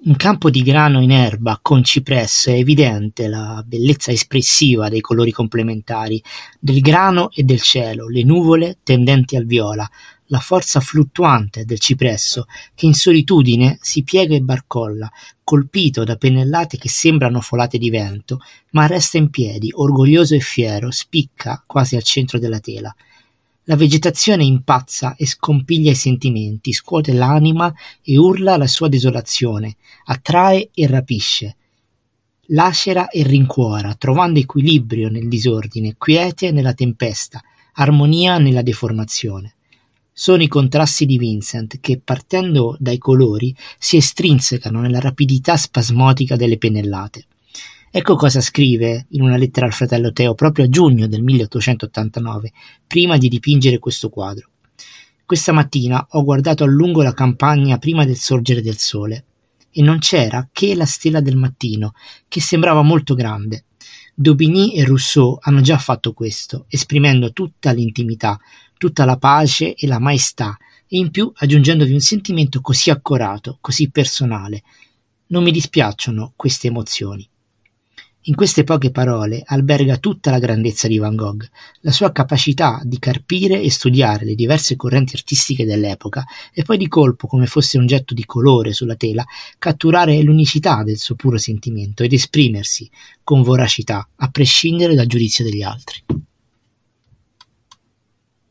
Un campo di grano in erba con cipresso è evidente la bellezza espressiva dei colori complementari del grano e del cielo, le nuvole tendenti al viola, la forza fluttuante del cipresso che in solitudine si piega e barcolla, colpito da pennellate che sembrano folate di vento, ma resta in piedi, orgoglioso e fiero, spicca quasi al centro della tela. La vegetazione impazza e scompiglia i sentimenti, scuote l'anima e urla la sua desolazione, attrae e rapisce, lacera e rincuora, trovando equilibrio nel disordine, quiete nella tempesta, armonia nella deformazione. Sono i contrasti di Vincent che, partendo dai colori, si estrinsecano nella rapidità spasmodica delle pennellate. Ecco cosa scrive in una lettera al fratello Teo proprio a giugno del 1889, prima di dipingere questo quadro. Questa mattina ho guardato a lungo la campagna prima del sorgere del sole e non c'era che la stella del mattino, che sembrava molto grande. Daubigny e Rousseau hanno già fatto questo, esprimendo tutta l'intimità, tutta la pace e la maestà, e in più aggiungendovi un sentimento così accorato, così personale. Non mi dispiacciono queste emozioni. In queste poche parole alberga tutta la grandezza di Van Gogh, la sua capacità di carpire e studiare le diverse correnti artistiche dell'epoca e poi di colpo, come fosse un getto di colore sulla tela, catturare l'unicità del suo puro sentimento ed esprimersi con voracità, a prescindere dal giudizio degli altri.